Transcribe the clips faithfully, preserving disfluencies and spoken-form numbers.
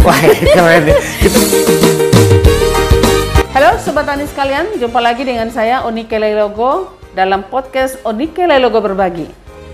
Wah, keren. Halo Sobat Tani sekalian, jumpa lagi dengan saya Onike Lailogo dalam podcast Onike Lailogo Berbagi.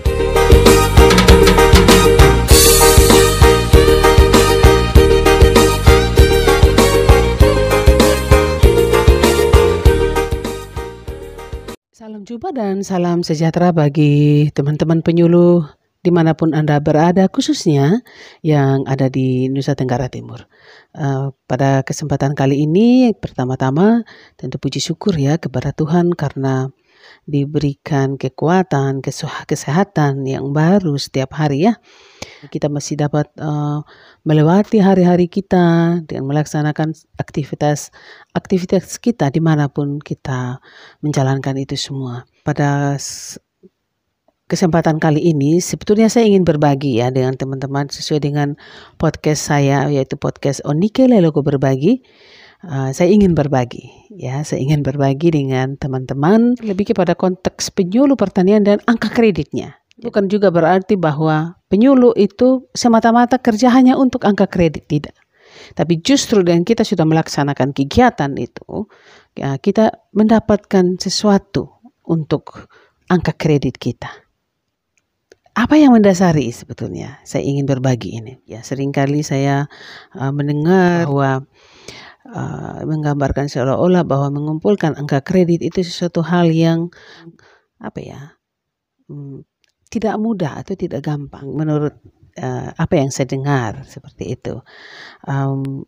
Salam jumpa dan salam sejahtera bagi teman-teman penyuluh dimanapun Anda berada, khususnya yang ada di Nusa Tenggara Timur. Uh, pada kesempatan kali ini, pertama-tama tentu puji syukur ya kepada Tuhan karena diberikan kekuatan, kesehatan yang baru setiap hari ya. Kita masih dapat uh, melewati hari-hari kita dengan melaksanakan aktivitas aktivitas kita dimanapun kita menjalankan itu semua. Pada kesempatan kali ini sebetulnya saya ingin berbagi ya dengan teman-teman sesuai dengan podcast saya, yaitu podcast Onike Lailogo Berbagi. Uh, saya ingin berbagi ya, saya ingin berbagi dengan teman-teman lebih kepada konteks penyuluh pertanian dan angka kreditnya. Bukan juga berarti bahwa penyuluh itu semata-mata kerja hanya untuk angka kredit, tidak. Tapi justru dengan kita sudah melaksanakan kegiatan itu, ya, kita mendapatkan sesuatu untuk angka kredit kita. Apa yang mendasari sebetulnya saya ingin berbagi ini? Ya, seringkali saya uh, mendengar bahwa uh, menggambarkan seolah-olah bahwa mengumpulkan angka kredit itu sesuatu hal yang apa ya? Hmm, tidak mudah atau tidak gampang menurut uh, apa yang saya dengar seperti itu. Um,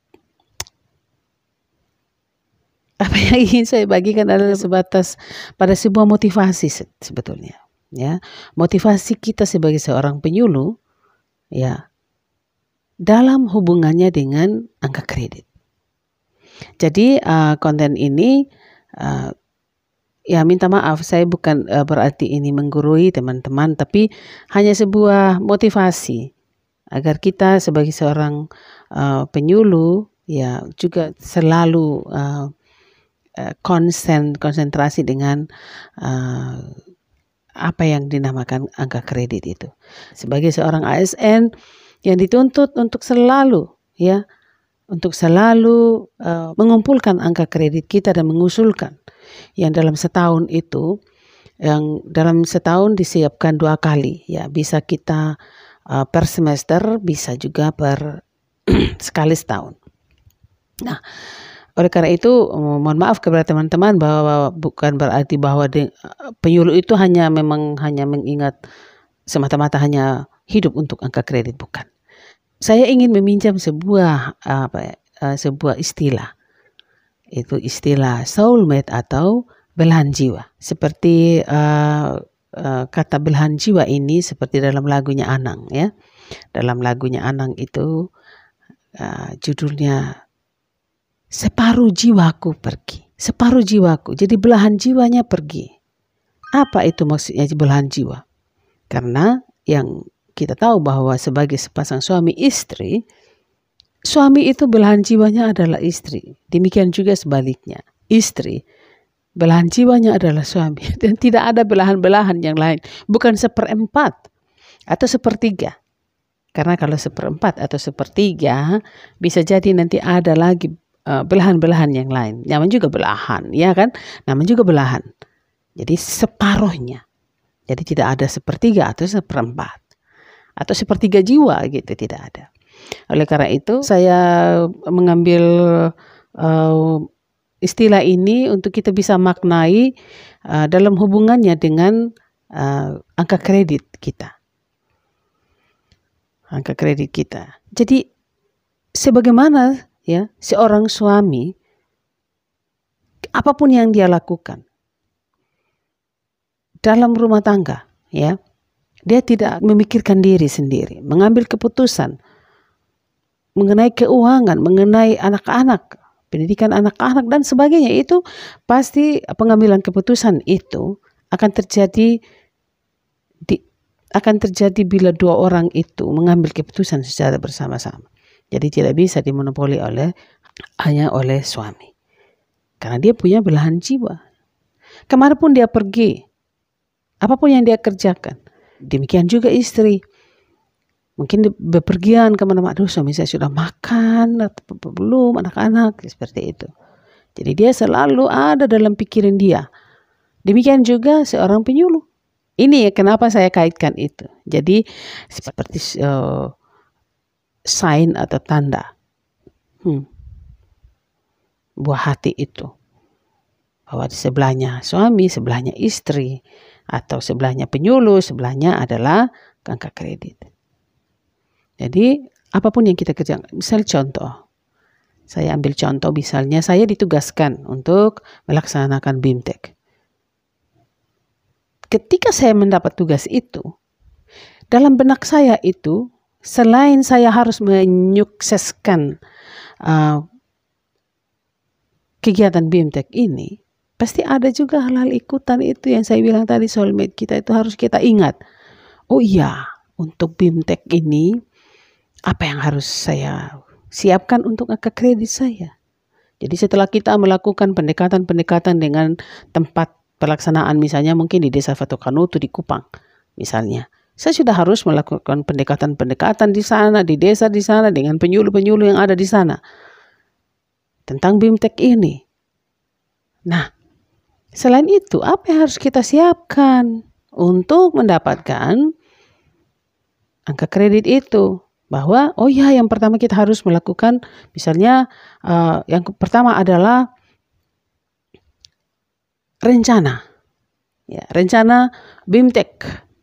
apa yang ingin saya bagikan adalah sebatas pada sebuah motivasi sebetulnya. Ya, motivasi kita sebagai seorang penyuluh, ya, dalam hubungannya dengan angka kredit. Jadi uh, konten ini uh, ya minta maaf, saya bukan uh, berarti ini menggurui teman-teman, tapi hanya sebuah motivasi agar kita sebagai seorang uh, penyuluh ya juga selalu uh, uh, konsen konsentrasi dengan uh, apa yang dinamakan angka kredit itu. Sebagai seorang A S N yang dituntut untuk selalu ya untuk selalu uh, mengumpulkan angka kredit kita dan mengusulkan yang dalam setahun itu, yang dalam setahun disiapkan dua kali ya, bisa kita uh, per semester, bisa juga per sekali setahun. Nah, oleh karena itu mohon maaf kepada teman-teman bahwa bukan berarti bahwa de, penyuluh itu hanya memang hanya mengingat semata-mata hanya hidup untuk angka kredit, bukan. Saya ingin meminjam sebuah apa uh, sebuah istilah. Itu istilah soulmate atau belahan jiwa. Seperti uh, uh, kata belahan jiwa ini seperti dalam lagunya Anang ya. Dalam lagunya Anang itu uh, judulnya Separuh Jiwaku Pergi. Separuh jiwaku. Jadi belahan jiwanya pergi. Apa itu maksudnya belahan jiwa? Karena yang kita tahu bahwa sebagai sepasang suami istri, suami itu belahan jiwanya adalah istri. Demikian juga sebaliknya. Istri, belahan jiwanya adalah suami. Dan tidak ada belahan-belahan yang lain. Bukan seperempat atau sepertiga. Karena kalau seperempat atau sepertiga, bisa jadi nanti ada lagi uh, belahan-belahan yang lain. Namanya juga belahan, ya kan? Namanya juga belahan. Jadi separuhnya. Jadi tidak ada sepertiga atau seperempat. Atau sepertiga jiwa gitu, tidak ada. Oleh karena itu saya mengambil uh, istilah ini untuk kita bisa maknai uh, dalam hubungannya dengan uh, angka kredit kita. Angka kredit kita. Jadi sebagaimana ya seorang suami, apapun yang dia lakukan dalam rumah tangga, ya, dia tidak memikirkan diri sendiri, mengambil keputusan mengenai keuangan, mengenai anak-anak, pendidikan anak-anak dan sebagainya, itu pasti pengambilan keputusan itu akan terjadi di, akan terjadi bila dua orang itu mengambil keputusan secara bersama-sama. Jadi tidak bisa dimonopoli oleh hanya oleh suami, karena dia punya belahan jiwa. Kemanapun dia pergi, apapun yang dia kerjakan, demikian juga istri. Mungkin bepergian kemana-mana, aduh suami saya sudah makan atau belum, anak-anak, seperti itu. Jadi dia selalu ada dalam pikiran dia. Demikian juga seorang penyuluh. Ini kenapa saya kaitkan itu. Jadi seperti uh, sign atau tanda. Hmm. Buah hati itu. Bahwa di sebelahnya suami, sebelahnya istri, atau sebelahnya penyuluh, sebelahnya adalah angka kredit. Jadi apapun yang kita kerjakan, misal contoh, saya ambil contoh misalnya saya ditugaskan untuk melaksanakan BIMTEK. Ketika saya mendapat tugas itu, dalam benak saya itu, selain saya harus menyukseskan uh, kegiatan BIMTEK ini, pasti ada juga hal-hal ikutan itu yang saya bilang tadi, soulmate kita itu harus kita ingat. Oh iya, untuk BIMTEK ini, apa yang harus saya siapkan untuk angka kredit saya. Jadi setelah kita melakukan pendekatan-pendekatan dengan tempat pelaksanaan, misalnya mungkin di Desa Fatokanutu di Kupang misalnya. Saya sudah harus melakukan pendekatan-pendekatan di sana, di desa di sana, dengan penyuluh-penyuluh yang ada di sana. Tentang BIMTEK ini. Nah, selain itu, apa yang harus kita siapkan untuk mendapatkan angka kredit itu? Bahwa, oh ya, yang pertama kita harus melakukan, misalnya uh, yang pertama adalah rencana. Ya, rencana BIMTEK.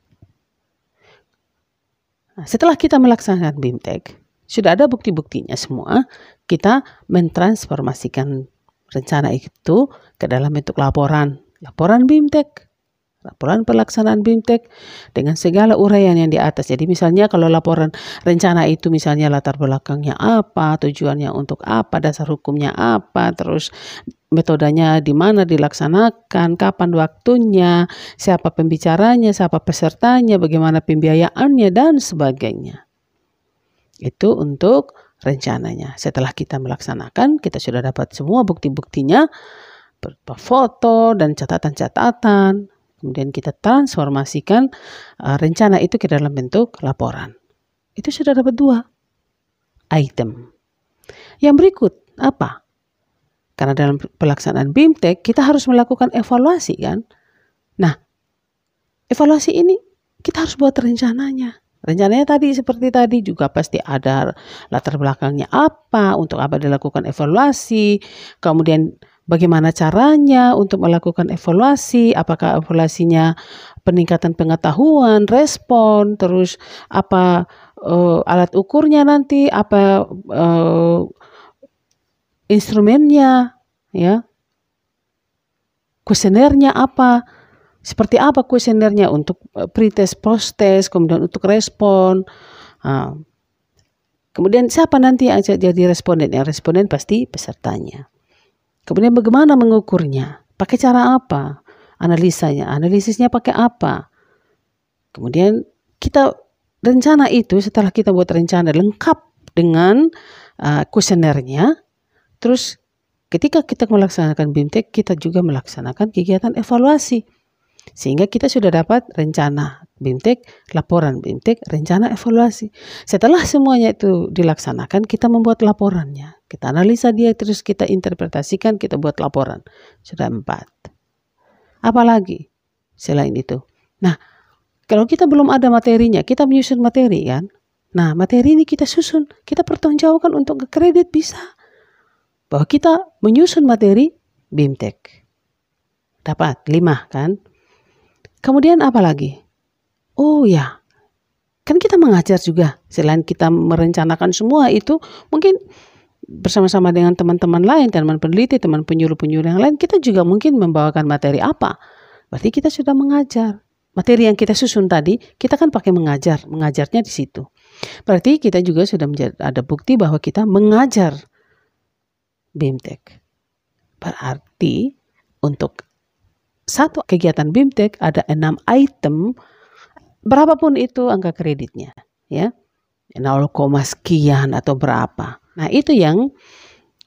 Nah, setelah kita melaksanakan BIMTEK, sudah ada bukti-buktinya semua, kita mentransformasikan rencana itu ke dalam bentuk laporan. Laporan BIMTEK. Laporan pelaksanaan BIMTEK dengan segala uraian yang di atas. Jadi misalnya kalau laporan rencana itu misalnya latar belakangnya apa, tujuannya untuk apa, dasar hukumnya apa, terus metodenya di mana dilaksanakan, kapan waktunya, siapa pembicaranya, siapa pesertanya, bagaimana pembiayaannya, dan sebagainya. Itu untuk rencananya. Setelah kita melaksanakan, kita sudah dapat semua bukti-buktinya, berupa foto dan catatan-catatan. Kemudian kita transformasikan uh, rencana itu ke dalam bentuk laporan. Itu sudah dapat dua item. Yang berikut apa? Karena dalam pelaksanaan BIMTEK kita harus melakukan evaluasi kan. Nah, evaluasi ini kita harus buat rencananya. Rencananya tadi seperti tadi juga pasti ada latar belakangnya apa, untuk apa dilakukan evaluasi, kemudian bagaimana caranya untuk melakukan evaluasi, apakah evaluasinya peningkatan pengetahuan, respon, terus apa uh, alat ukurnya nanti, apa uh, instrumennya, ya, kuesionernya apa, seperti apa kuesionernya untuk pre-test, post-test, kemudian untuk respon. Nah, kemudian siapa nanti yang jadi responden? Yang responden pasti pesertanya. Kemudian bagaimana mengukurnya? Pakai cara apa? Analisanya, analisisnya pakai apa? Kemudian kita rencana itu setelah kita buat rencana lengkap dengan uh, kuesionernya, terus ketika kita melaksanakan BIMTEK, kita juga melaksanakan kegiatan evaluasi. Sehingga kita sudah dapat rencana BIMTEK, laporan BIMTEK, rencana evaluasi. Setelah semuanya itu dilaksanakan, kita membuat laporannya. Kita analisa dia, terus kita interpretasikan, kita buat laporan. Sudah empat. Apalagi selain itu? Nah, kalau kita belum ada materinya, kita menyusun materi kan? Nah, materi ini kita susun, kita pertanggungjawabkan untuk ke kredit bisa. Bahwa kita menyusun materi BIMTEK. Dapat lima kan? Kemudian apa lagi? Oh ya, kan kita mengajar juga. Selain kita merencanakan semua itu, mungkin bersama-sama dengan teman-teman lain, teman peneliti, teman penyuluh-penyuluh yang lain, kita juga mungkin membawakan materi apa. Berarti kita sudah mengajar. Materi yang kita susun tadi, kita kan pakai mengajar. Mengajarnya di situ. Berarti kita juga sudah menjadi, ada bukti bahwa kita mengajar BIMTEK. Berarti untuk satu kegiatan BIMTEK ada enam item, berapapun itu angka kreditnya, ya, nol, sekian atau berapa. Nah itu yang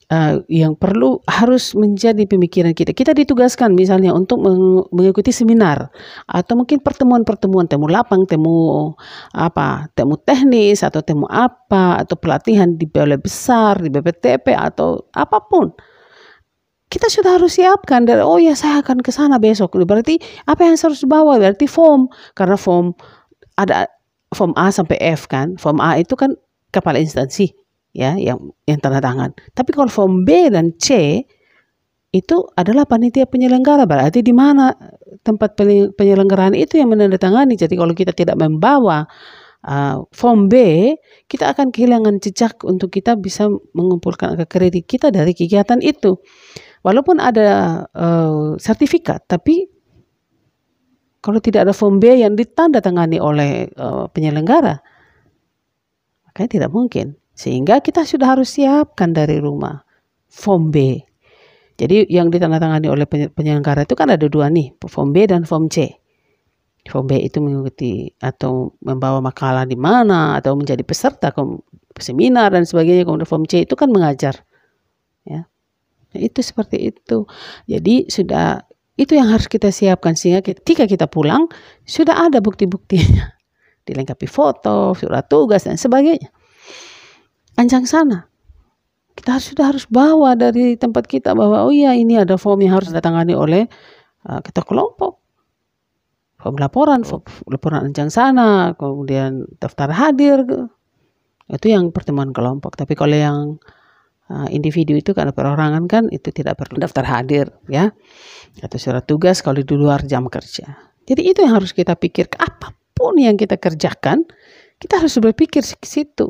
uh, yang perlu harus menjadi pemikiran kita. Kita ditugaskan misalnya untuk meng- mengikuti seminar atau mungkin pertemuan-pertemuan, temu lapang, temu apa, temu teknis atau temu apa, atau pelatihan di balai besar, di B P T P atau apapun. Kita sudah harus siapkan dari, oh ya saya akan ke sana besok. Berarti apa yang harus dibawa? Berarti form. Karena form ada form A sampai F kan. Form A itu kan kepala instansi ya yang yang tanda tangan. Tapi kalau form B dan C itu adalah panitia penyelenggara. Berarti di mana tempat penyelenggaraan itu yang menandatangani. Jadi kalau kita tidak membawa uh, form B, kita akan kehilangan jejak untuk kita bisa mengumpulkan angka kredit kita dari kegiatan itu. Walaupun ada uh, sertifikat, tapi kalau tidak ada form B yang ditandatangani oleh uh, penyelenggara, makanya tidak mungkin. Sehingga kita sudah harus siapkan dari rumah form B. Jadi yang ditandatangani oleh penyelenggara itu kan ada dua nih, form B dan form C. Form B itu mengikuti atau membawa makalah di mana atau menjadi peserta seminar dan sebagainya. Kemudian form C itu kan mengajar, ya. Itu seperti itu. Jadi sudah itu yang harus kita siapkan sehingga ketika kita pulang sudah ada bukti-buktinya. Dilengkapi foto, surat tugas dan sebagainya. Anjang sana. Kita harus, sudah harus bawa dari tempat kita bahwa oh iya ini ada form yang harus ditangani oleh uh, ketua kelompok. Form laporan, form laporan anjang sana, kemudian daftar hadir. Itu yang pertemuan kelompok. Tapi kalau yang Uh, individu itu karena perorangan kan itu tidak perlu daftar hadir ya atau surat tugas kalau di luar jam kerja. Jadi itu yang harus kita pikir, apapun yang kita kerjakan kita harus berpikir ke situ.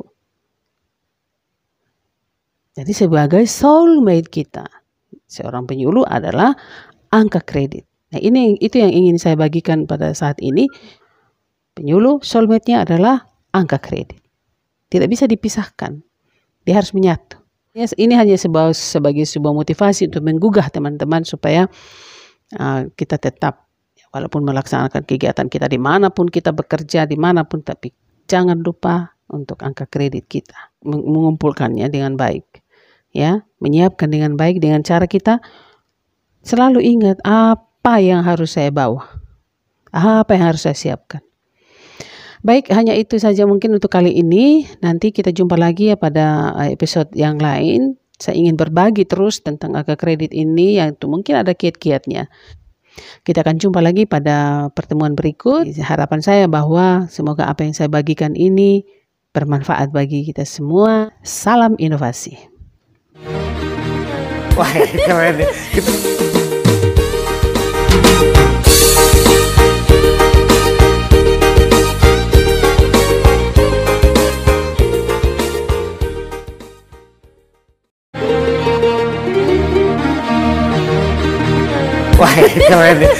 Jadi sebagai soulmate kita seorang penyuluh adalah angka kredit. Nah ini itu yang ingin saya bagikan pada saat ini. Penyuluh soulmate-nya adalah angka kredit. Tidak bisa dipisahkan. Dia harus menyatu. Ini hanya sebagai, sebagai sebuah motivasi untuk menggugah teman-teman supaya uh, kita tetap walaupun melaksanakan kegiatan kita dimanapun kita bekerja, dimanapun, tapi jangan lupa untuk angka kredit kita, mengumpulkannya dengan baik, ya, menyiapkan dengan baik dengan cara kita selalu ingat apa yang harus saya bawa, apa yang harus saya siapkan. Baik, hanya itu saja mungkin untuk kali ini. Nanti kita jumpa lagi ya pada episode yang lain. Saya ingin berbagi terus tentang angka kredit ini yang itu mungkin ada kiat-kiatnya. Kita akan jumpa lagi pada pertemuan berikut. Harapan saya bahwa semoga apa yang saya bagikan ini bermanfaat bagi kita semua. Salam inovasi. Wah, keren ya. Wah, keren ya.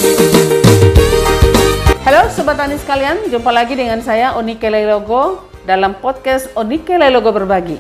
Halo Sobat Tani sekalian, jumpa lagi dengan saya Onike Leilogo dalam podcast Onike Leilogo Berbagi.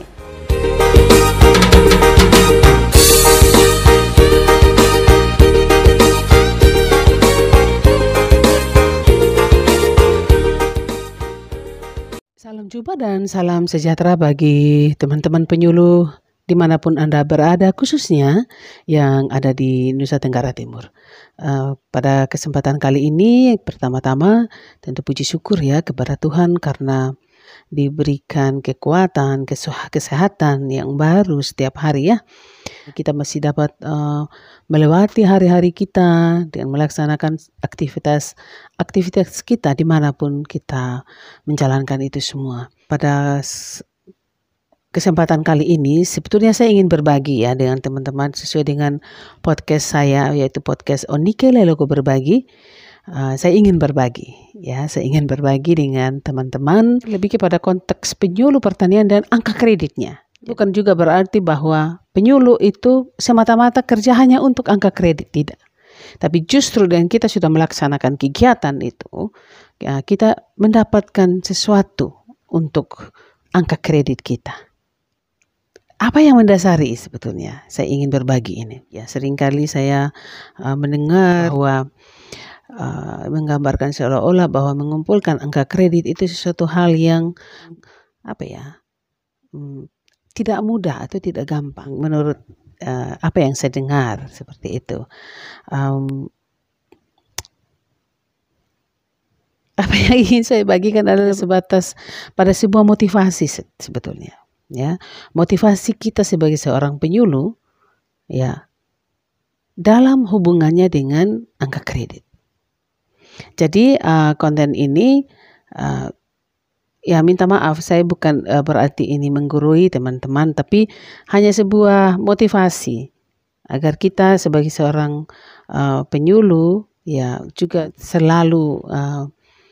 Salam jumpa dan salam sejahtera bagi teman-teman penyuluh dimanapun Anda berada, khususnya yang ada di Nusa Tenggara Timur. Uh, pada kesempatan kali ini, pertama-tama tentu puji syukur ya kepada Tuhan karena diberikan kekuatan, kesehatan yang baru setiap hari ya. Kita masih dapat uh, melewati hari-hari kita dengan melaksanakan aktivitas aktivitas kita dimanapun kita menjalankan itu semua. Pada kesempatan kali ini sebetulnya saya ingin berbagi ya dengan teman-teman sesuai dengan podcast saya, yaitu podcast Onike Leilogo Berbagi. Uh, saya ingin berbagi ya, saya ingin berbagi dengan teman-teman lebih kepada konteks penyuluh pertanian dan angka kreditnya. Bukan juga berarti bahwa penyuluh itu semata-mata kerja hanya untuk angka kredit, tidak. Tapi justru dengan kita sudah melaksanakan kegiatan itu, ya, kita mendapatkan sesuatu untuk angka kredit kita. Apa yang mendasari sebetulnya saya ingin berbagi ini? Ya, seringkali saya uh, mendengar bahwa uh, menggambarkan seolah-olah bahwa mengumpulkan angka kredit itu sesuatu hal yang apa ya, hmm, tidak mudah atau tidak gampang menurut uh, apa yang saya dengar seperti itu. Um, apa yang ingin saya bagikan adalah sebatas pada sebuah motivasi sebetulnya, ya, motivasi kita sebagai seorang penyuluh, ya, dalam hubungannya dengan angka kredit. Jadi uh, konten ini, uh, ya minta maaf, saya bukan uh, berarti ini menggurui teman-teman, tapi hanya sebuah motivasi agar kita sebagai seorang uh, penyuluh, ya, juga selalu uh,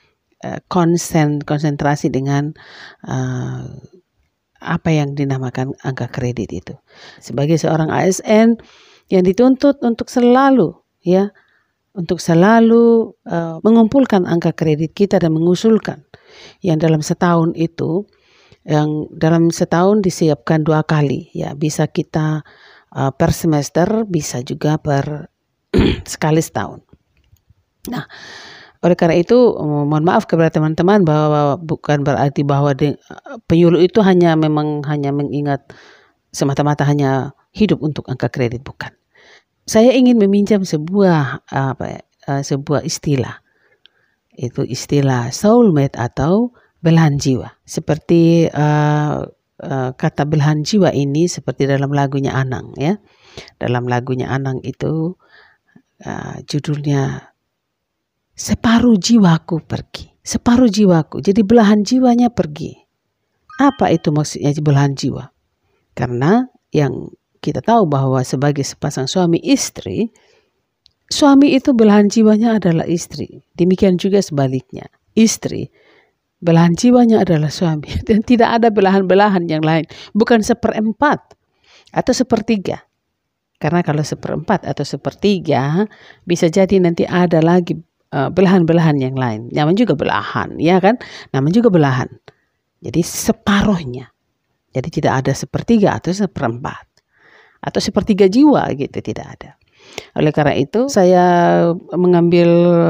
konsen konsentrasi dengan uh, apa yang dinamakan angka kredit itu. Sebagai seorang A S N yang dituntut untuk selalu, ya, untuk selalu uh, mengumpulkan angka kredit kita dan mengusulkan yang dalam setahun itu, yang dalam setahun disiapkan dua kali, ya, bisa kita uh, per semester, bisa juga per sekali setahun. Nah, oleh karena itu, mohon maaf kepada teman-teman bahwa bukan berarti bahwa de, penyuluh itu hanya memang hanya mengingat semata-mata hanya hidup untuk angka kredit, bukan. Saya ingin meminjam sebuah apa uh, sebuah istilah. Itu istilah soulmate atau belahan jiwa. Seperti uh, uh, kata belahan jiwa ini seperti dalam lagunya Anang, ya. Dalam lagunya Anang itu uh, judulnya separuh jiwaku pergi, separuh jiwaku. Jadi belahan jiwanya pergi. Apa itu maksudnya belahan jiwa? Karena yang kita tahu bahwa sebagai sepasang suami istri, suami itu belahan jiwanya adalah istri. Demikian juga sebaliknya, istri belahan jiwanya adalah suami. Dan tidak ada belahan-belahan yang lain. Bukan seperempat atau sepertiga. Karena kalau seperempat atau sepertiga, bisa jadi nanti ada lagi Uh, belahan-belahan yang lain. Namanya juga belahan, ya kan? Namanya juga belahan. Jadi separuhnya. Jadi tidak ada sepertiga atau seperempat. Atau sepertiga jiwa gitu, tidak ada. Oleh karena itu saya mengambil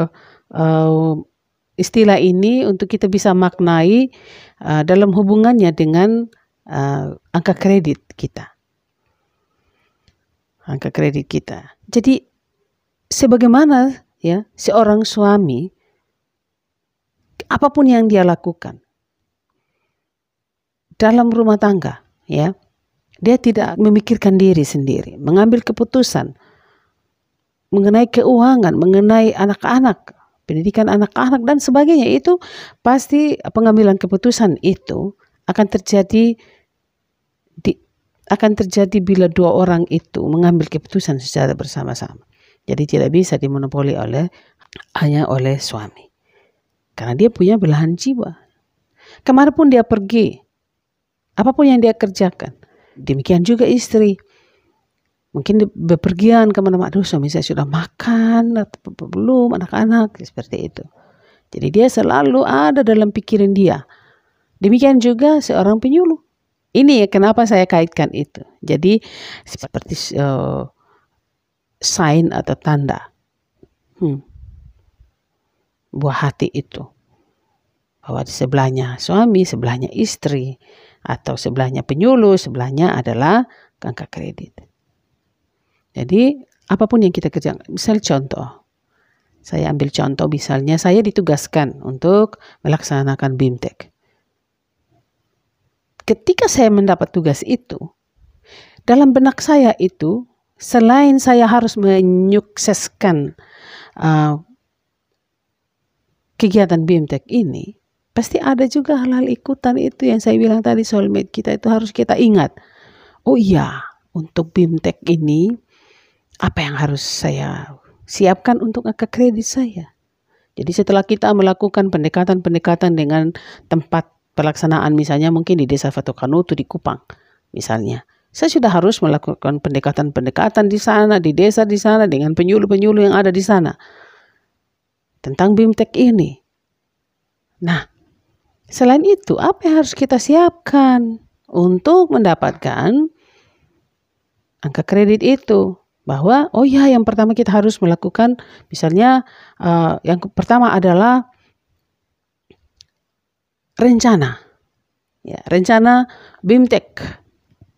uh, istilah ini untuk kita bisa maknai uh, dalam hubungannya dengan uh, angka kredit kita. Angka kredit kita. Jadi sebagaimana, ya, seorang suami, apapun yang dia lakukan dalam rumah tangga, ya, dia tidak memikirkan diri sendiri, mengambil keputusan mengenai keuangan, mengenai anak-anak, pendidikan anak-anak dan sebagainya. Itu pasti pengambilan keputusan itu akan terjadi di, akan terjadi bila dua orang itu mengambil keputusan secara bersama-sama. Jadi tidak bisa dimonopoli oleh hanya oleh suami. Karena dia punya belahan jiwa. Kemanapun dia pergi, apapun yang dia kerjakan. Demikian juga istri. Mungkin bepergian kemana-mana. Aduh, suami saya sudah makan atau belum, anak-anak, seperti itu. Jadi dia selalu ada dalam pikiran dia. Demikian juga seorang penyuluh. Ini kenapa saya kaitkan itu. Jadi seperti Uh, sign atau tanda hmm. buah hati itu, bahwa di sebelahnya suami, sebelahnya istri, atau sebelahnya penyuluh, sebelahnya adalah angka kredit. Jadi apapun yang kita kerjakan, misal contoh, saya ambil contoh misalnya saya ditugaskan untuk melaksanakan BIMTEK. Ketika saya mendapat tugas itu, dalam benak saya itu, selain saya harus menyukseskan uh, kegiatan BIMTEK ini, pasti ada juga hal-hal ikutan itu yang saya bilang tadi, soulmate kita itu harus kita ingat. Oh iya, untuk BIMTEK ini, apa yang harus saya siapkan untuk angka kredit saya? Jadi setelah kita melakukan pendekatan-pendekatan dengan tempat pelaksanaan, misalnya mungkin di Desa Fatokanutu di Kupang, misalnya. Saya sudah harus melakukan pendekatan-pendekatan di sana, di desa di sana, dengan penyuluh-penyuluh yang ada di sana. Tentang BIMTEK ini. Nah, selain itu, apa yang harus kita siapkan untuk mendapatkan angka kredit itu? Bahwa, oh ya, yang pertama kita harus melakukan, misalnya, uh, yang pertama adalah rencana. Ya, rencana BIMTEK.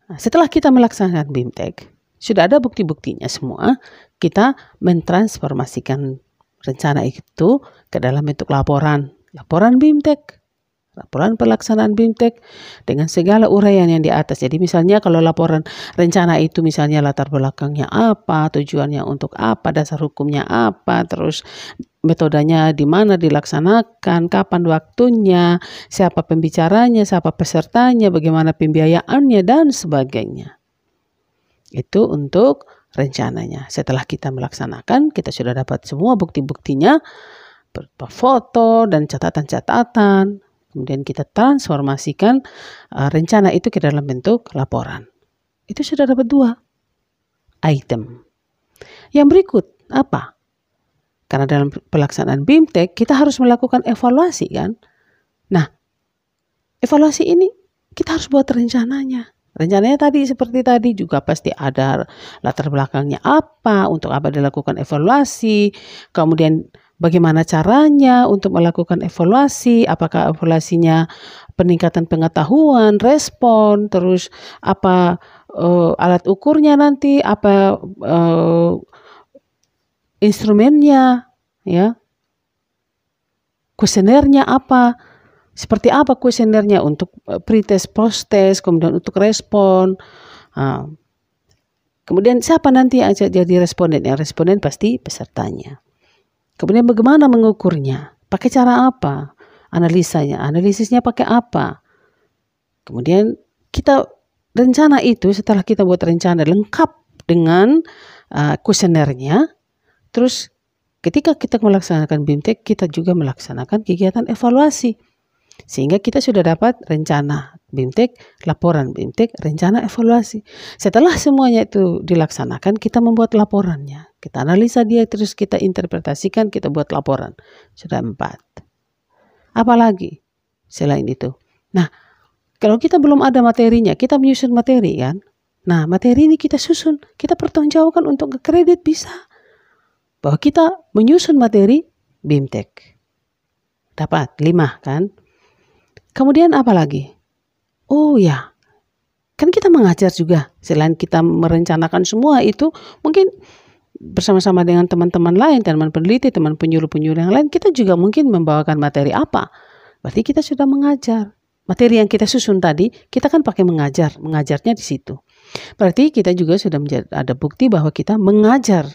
Nah, setelah kita melaksanakan BIMTEK, sudah ada bukti-buktinya semua, kita mentransformasikan rencana itu ke dalam bentuk laporan. Laporan BIMTEK, laporan pelaksanaan BIMTEK dengan segala uraian yang di atas. Jadi misalnya kalau laporan rencana itu misalnya latar belakangnya apa, tujuannya untuk apa, dasar hukumnya apa, terus metodenya di mana dilaksanakan, kapan waktunya, siapa pembicaranya, siapa pesertanya, bagaimana pembiayaannya, dan sebagainya. Itu untuk rencananya. Setelah kita melaksanakan, kita sudah dapat semua bukti-buktinya, berupa foto dan catatan-catatan. Kemudian kita transformasikan uh, rencana itu ke dalam bentuk laporan. Itu sudah dapat dua item. Yang berikut apa? Karena dalam pelaksanaan BIMTEK kita harus melakukan evaluasi kan. Nah, evaluasi ini kita harus buat rencananya. Rencananya tadi seperti tadi juga pasti ada latar belakangnya apa, untuk apa dilakukan evaluasi, kemudian bagaimana caranya untuk melakukan evaluasi, apakah evaluasinya peningkatan pengetahuan, respon, terus apa uh, alat ukurnya nanti, apa uh, instrumennya, ya, kuesionernya apa. Seperti apa kuesionernya untuk pre-test, post-test, kemudian untuk respon. Nah, kemudian siapa nanti yang jadi responden? Yang responden pasti pesertanya. Kemudian bagaimana mengukurnya? Pakai cara apa? Analisanya, analisisnya pakai apa? Kemudian kita rencana itu setelah kita buat rencana lengkap dengan uh, kuesionernya, terus ketika kita melaksanakan BIMTEK, kita juga melaksanakan kegiatan evaluasi. Sehingga kita sudah dapat rencana BIMTEK, laporan BIMTEK, rencana evaluasi. Setelah semuanya itu dilaksanakan, kita membuat laporannya. Kita analisa dia, terus kita interpretasikan, kita buat laporan. Sudah empat. Apalagi selain itu? Nah, kalau kita belum ada materinya, kita menyusun materi kan? Nah, materi ini kita susun, kita pertanggungjawabkan untuk ke kredit bisa. Bahwa kita menyusun materi BIMTEK. Dapat lima kan? Kemudian apa lagi? Oh ya, kan kita mengajar juga. Selain kita merencanakan semua itu, mungkin bersama-sama dengan teman-teman lain, teman peneliti, teman penyuluh-penyuluh yang lain, kita juga mungkin membawakan materi apa. Berarti kita sudah mengajar. Materi yang kita susun tadi, kita kan pakai mengajar. Mengajarnya di situ. Berarti kita juga sudah menjadi, ada bukti bahwa kita mengajar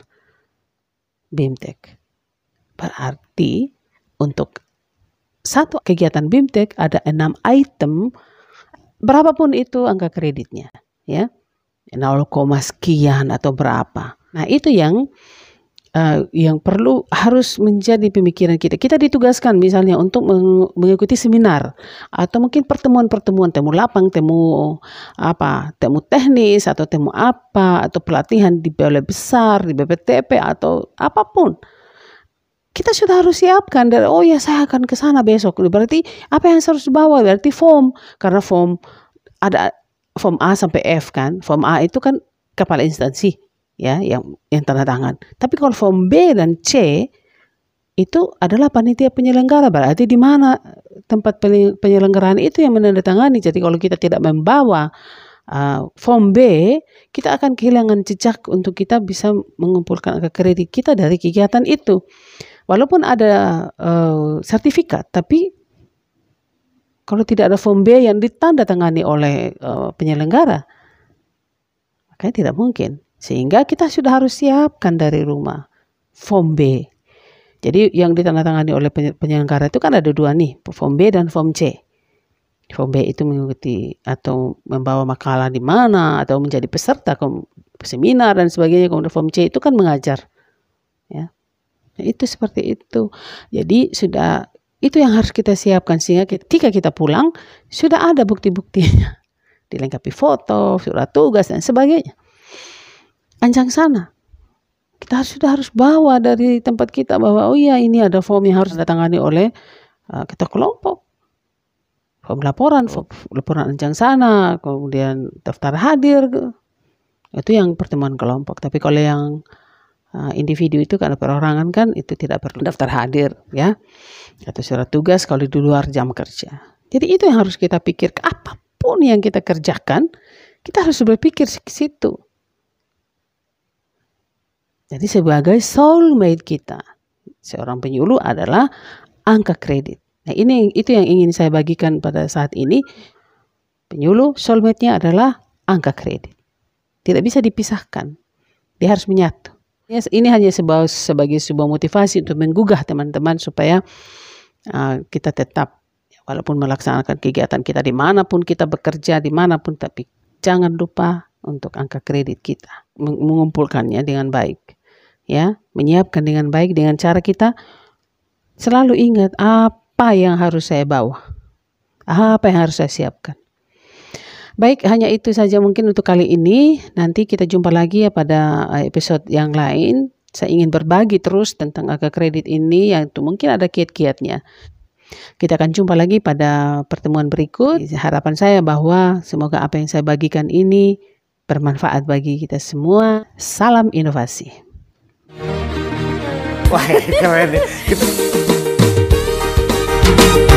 BIMTEK. Berarti untuk satu kegiatan BIMTEK ada enam item, berapapun itu angka kreditnya, ya, nol, sekian atau berapa. Nah itu yang uh, yang perlu harus menjadi pemikiran kita. Kita ditugaskan misalnya untuk meng- mengikuti seminar atau mungkin pertemuan-pertemuan, temu lapang, temu apa, temu teknis atau temu apa, atau pelatihan di balai besar, di B P T P atau apapun. Kita sudah harus siapkan dari, oh ya saya akan ke sana besok. Berarti apa yang harus dibawa? Berarti form. Karena form ada form A sampai F kan. Form A itu kan kepala instansi ya yang yang tanda tangan. Tapi kalau form B dan C itu adalah panitia penyelenggara. Berarti di mana tempat penyelenggaraan itu yang menandatangani. Jadi kalau kita tidak membawa uh, form B, kita akan kehilangan jejak untuk kita bisa mengumpulkan angka kredit kita dari kegiatan itu. Walaupun ada uh, sertifikat, tapi kalau tidak ada form B yang ditandatangani oleh uh, penyelenggara, makanya tidak mungkin. Sehingga kita sudah harus siapkan dari rumah form B. Jadi yang ditandatangani oleh penyelenggara itu kan ada dua nih, form B dan form C. Form B itu mengikuti atau membawa makalah di mana, atau menjadi peserta seminar dan sebagainya. Kemudian form C itu kan mengajar, ya. Itu seperti itu. Jadi sudah itu yang harus kita siapkan sehingga ketika kita pulang sudah ada bukti-buktinya. Dilengkapi foto, surat tugas dan sebagainya. Anjang sana. Kita harus, sudah harus bawa dari tempat kita bahwa oh iya ini ada form yang harus ditangani oleh uh, ketua kelompok. Form laporan, form laporan anjang sana, kemudian daftar hadir. Itu yang pertemuan kelompok. Tapi kalau yang Uh, individu itu karena perorangan kan itu tidak perlu daftar hadir ya atau surat tugas kalau di luar jam kerja. Jadi itu yang harus kita pikirkan. Apapun yang kita kerjakan Kita harus berpikir ke situ. Jadi sebagai soulmate kita, seorang penyuluh adalah angka kredit. Nah, ini itu yang ingin saya bagikan pada saat ini. Penyuluh soulmate-nya adalah angka kredit. Tidak bisa dipisahkan. Dia harus menyatu. Ini hanya sebagai, sebagai sebuah motivasi untuk menggugah teman-teman supaya uh, kita tetap, walaupun melaksanakan kegiatan kita dimanapun kita bekerja, dimanapun, tapi jangan lupa untuk angka kredit kita. Mengumpulkannya dengan baik. Ya, menyiapkan dengan baik dengan cara kita selalu ingat apa yang harus saya bawa, apa yang harus saya siapkan. Baik, hanya itu saja mungkin untuk kali ini. Nanti kita jumpa lagi ya pada episode yang lain. Saya ingin berbagi terus tentang angka kredit ini yang itu mungkin ada kiat-kiatnya. Kita akan jumpa lagi pada pertemuan berikut. Harapan saya bahwa semoga apa yang saya bagikan ini bermanfaat bagi kita semua. Salam inovasi. Wah, keren.